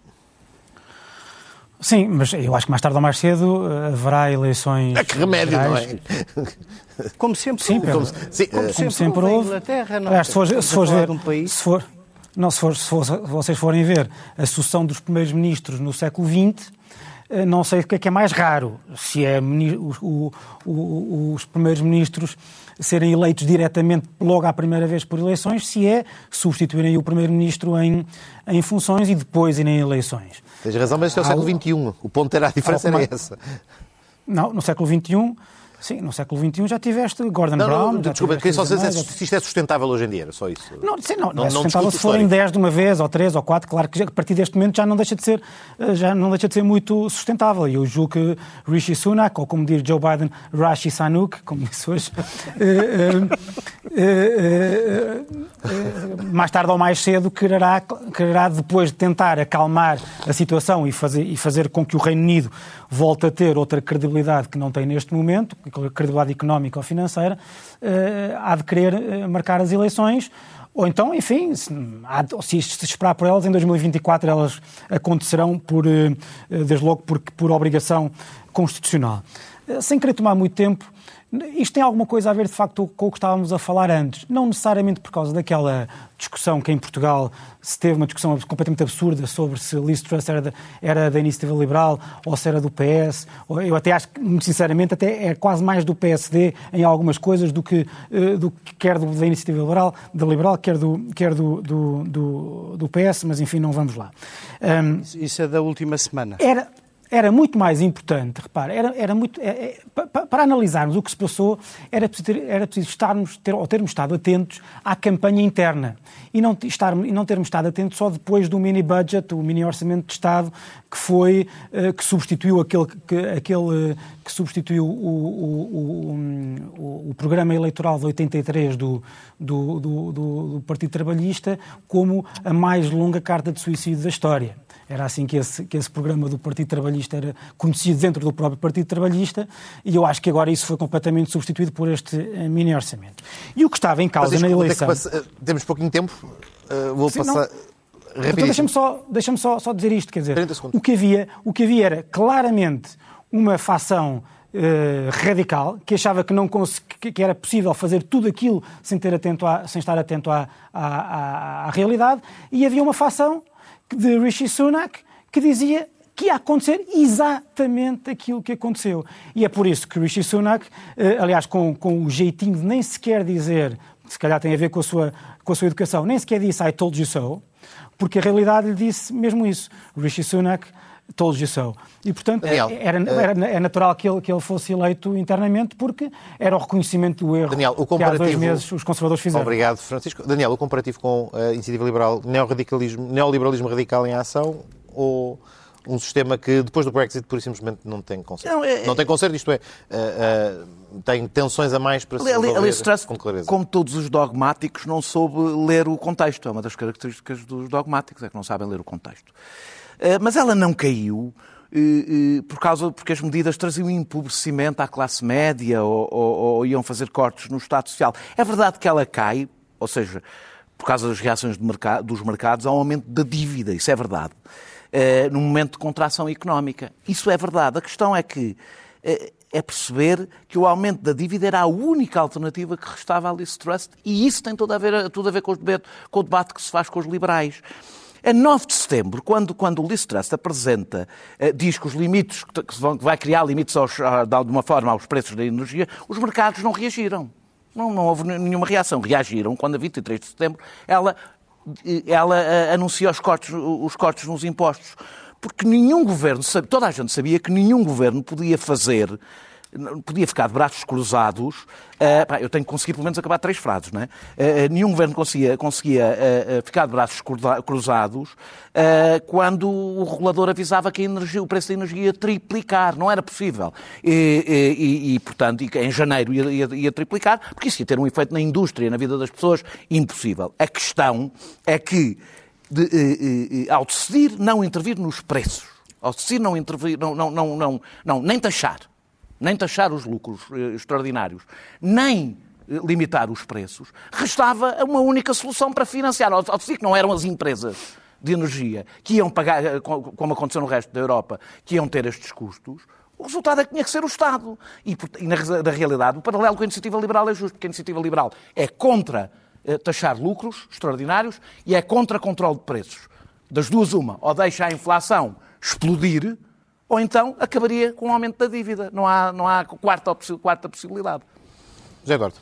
Sim, mas eu acho que mais tarde ou mais cedo haverá eleições. É que remédio, gerais. Não é? Como sempre, sim, como, sim, como, como sempre houve. Inglaterra, não, Aliás, se for, se for ver, de um país. se for, não, se, for, se, for, se vocês forem ver a sucessão dos primeiros ministros no século vinte, não sei o que é que é mais raro, se é o, o, o, os primeiros ministros serem eleitos diretamente logo à primeira vez por eleições, se é substituírem o primeiro-ministro em, em funções e depois irem em eleições. Tens razão, mas este é o século vinte e um. O ponto era a diferença era essa. Não, no século vinte e um, sim, no século vinte e um já tiveste Gordon não, Brown. Não, já desculpa, queria só dizer já... se isto é sustentável hoje em dia, era só isso. Não, sim, não, não, não é sustentável se forem dez de uma vez, ou três, ou quatro, claro que a partir deste momento já não deixa de ser, já não deixa de ser muito sustentável. E eu julgo que Rishi Sunak, ou como diz Joe Biden, Rashi Sanuk, como disse hoje, mais tarde ou mais cedo quererá, quererá depois de tentar acalmar a situação e fazer, e fazer com que o Reino Unido volte a ter outra credibilidade que não tem neste momento, credibilidade económica ou financeira, há de querer marcar as eleições, ou então, enfim, se, se esperar por elas, em dois mil e vinte e quatro elas acontecerão, por, desde logo por, por obrigação constitucional. Sem querer tomar muito tempo, isto tem alguma coisa a ver, de facto, com o que estávamos a falar antes. Não necessariamente por causa daquela discussão que em Portugal se teve, uma discussão completamente absurda sobre se Liz Truss era da, era da Iniciativa Liberal ou se era do P S. Eu até acho que, muito sinceramente, até é quase mais do P S D em algumas coisas do que, do, quer do, da Iniciativa Liberal, da Liberal, quer, do, quer do, do, do, do P S, mas enfim, não vamos lá. Um, Isso é da última semana. Era... era muito mais importante, repara, era, era muito, é, é, para, para analisarmos o que se passou, era preciso, ter, era preciso estarmos, ter, ou termos estado atentos à campanha interna e não, estar, e não termos estado atentos só depois do mini-budget, o mini-orçamento de Estado, que foi, que substituiu aquele que, aquele, que substituiu o, o, o, o programa eleitoral de oitenta e três do, do, do, do Partido Trabalhista como a mais longa carta de suicídio da história. Era assim que esse, que esse programa do Partido Trabalhista era conhecido dentro do próprio Partido Trabalhista, e eu acho que agora isso foi completamente substituído por este uh, mini-orçamento. E o que estava em causa na eleição... Passa, temos pouquinho tempo, uh, vou Sim, passar... Então deixa-me só, deixa-me só, só dizer isto, quer dizer, o que, havia, o que havia era claramente uma facção uh, radical que achava que, não cons- que era possível fazer tudo aquilo sem, ter atento a, sem estar atento à, à, à, à realidade, e havia uma facção de Rishi Sunak que dizia que ia acontecer exatamente aquilo que aconteceu. E é por isso que Rishi Sunak, uh, aliás, com, com o jeitinho de nem sequer dizer, se calhar tem a ver com a sua, com a sua educação, nem sequer disse I told you so, porque a realidade lhe disse mesmo isso. Rishi Sunak told you so. E, portanto, Daniel, era, era, é natural que ele, que ele fosse eleito internamente, porque era o reconhecimento do erro Daniel, o que há dois meses os conservadores fizeram. Obrigado, Francisco. Daniel, o comparativo com a iniciativa liberal, neorradicalismo, neoliberalismo radical em ação, ou um sistema que, depois do Brexit, pura e simplesmente não tem conserto? Não, é, não tem conserto, isto é, uh, uh, tem tensões a mais para se resolver com clareza. Como todos os dogmáticos, não soube ler o contexto. É uma das características dos dogmáticos, é que não sabem ler o contexto. Uh, mas ela não caiu uh, uh, por causa, porque as medidas traziam empobrecimento à classe média ou, ou, ou iam fazer cortes no Estado Social. É verdade que ela cai, ou seja, por causa das reações de mercado, dos mercados, ao aumento da dívida, isso é verdade. Uh, num momento de contração económica. Isso é verdade. A questão é que uh, é perceber que o aumento da dívida era a única alternativa que restava à Liz Truss, e isso tem tudo a ver, tudo a ver com, o debate, com o debate que se faz com os liberais. A nove de setembro, quando, quando o Liz Truss apresenta, uh, diz que os limites, que, vão, que vai criar limites aos, uh, de alguma forma aos preços da energia, os mercados não reagiram. Não, não houve nenhuma reação. Reagiram quando, a vinte e três de setembro, ela... ela uh, anuncia os cortes, os cortes nos impostos, porque nenhum governo, toda a gente sabia que nenhum governo podia fazer, podia ficar de braços cruzados, uh, pá, eu tenho que conseguir pelo menos acabar três frases, não é? Uh, nenhum governo conseguia, conseguia uh, ficar de braços cruzados uh, quando o regulador avisava que a energia, o preço da energia ia triplicar, não era possível. E, e, e portanto, em janeiro ia, ia, ia triplicar, porque isso ia ter um efeito na indústria, na vida das pessoas, impossível. A questão é que, de, de, de, ao decidir não intervir nos preços, ao decidir não intervir, não, não, não, não, não nem taxar, nem taxar os lucros eh, extraordinários, nem eh, limitar os preços, restava uma única solução para financiar. Ao, ao decidir que não eram as empresas de energia que iam pagar, como aconteceu no resto da Europa, que iam ter estes custos, o resultado é que tinha que ser o Estado. E, e na, na realidade, o paralelo com a iniciativa liberal é justo, porque a iniciativa liberal é contra eh, taxar lucros extraordinários e é contra controle de preços. Das duas, uma, ou deixa a inflação explodir, ou então acabaria com o aumento da dívida. Não há, não há quarta, quarta possibilidade. José Eduardo.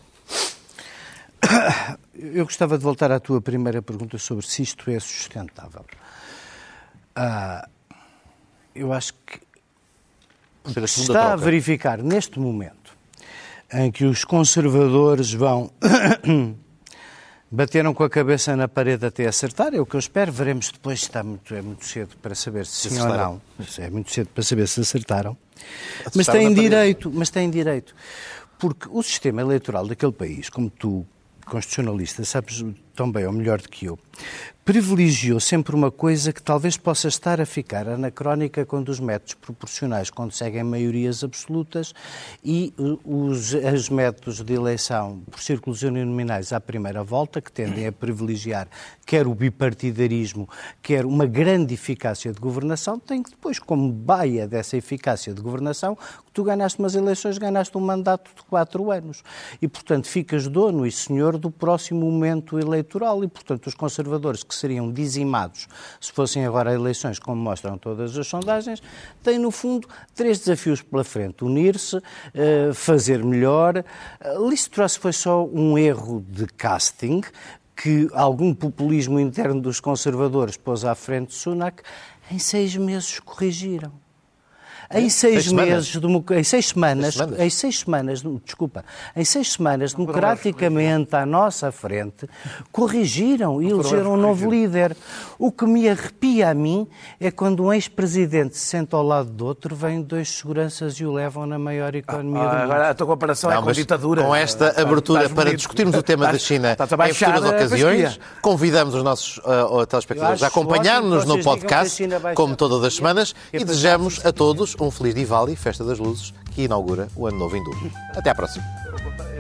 Eu gostava de voltar à tua primeira pergunta sobre se isto é sustentável. Ah, eu acho que se está troca. a verificar neste momento em que os conservadores vão... bateram com a cabeça na parede até acertar, é o que eu espero. Veremos depois, se está muito, é muito cedo para saber se sim ou não. É muito cedo para saber se acertaram. Acertaram mas têm direito, mas têm direito. Porque o sistema eleitoral daquele país, como tu, constitucionalista, sabes tão bem ou melhor do que eu, privilegiou sempre uma coisa que talvez possa estar a ficar anacrónica quando os métodos proporcionais conseguem maiorias absolutas e os, os métodos de eleição por círculos uninominais à primeira volta, que tendem a privilegiar quer o bipartidarismo, quer uma grande eficácia de governação, tem que depois, como baia dessa eficácia de governação, tu ganhaste umas eleições, ganhaste um mandato de quatro anos. E, portanto, ficas dono e senhor do próximo momento eleitoral e, portanto, os conservadores que seriam dizimados se fossem agora eleições, como mostram todas as sondagens, têm, no fundo, três desafios pela frente. Unir-se, fazer melhor. Liz Truss foi só um erro de casting que algum populismo interno dos conservadores pôs à frente de Sunak. Em seis meses corrigiram. Em seis, seis meses, semanas. demo- em seis semanas, Seis semanas. em seis semanas, desculpa, em seis semanas, democraticamente à nossa frente, corrigiram e elegeram um novo líder. O que me arrepia a mim é quando um ex-presidente se senta ao lado do outro, vêm dois seguranças e o levam na maior economia do Ah, mundo. agora a tua comparação é Não, com mas ditadura. com esta Estás abertura bonito. para discutirmos o tema da Estás- China estás a em baixar futuras a ocasiões, fasquia. convidamos os nossos uh, telespectadores Eu a acho acompanhar-nos ótimo no que vocês digam que a podcast, China baixa como a todas as fasquia, semanas, é e para desejamos dar- a todos um feliz Diwali, Festa das Luzes, que inaugura o Ano Novo Hindu. Até à próxima.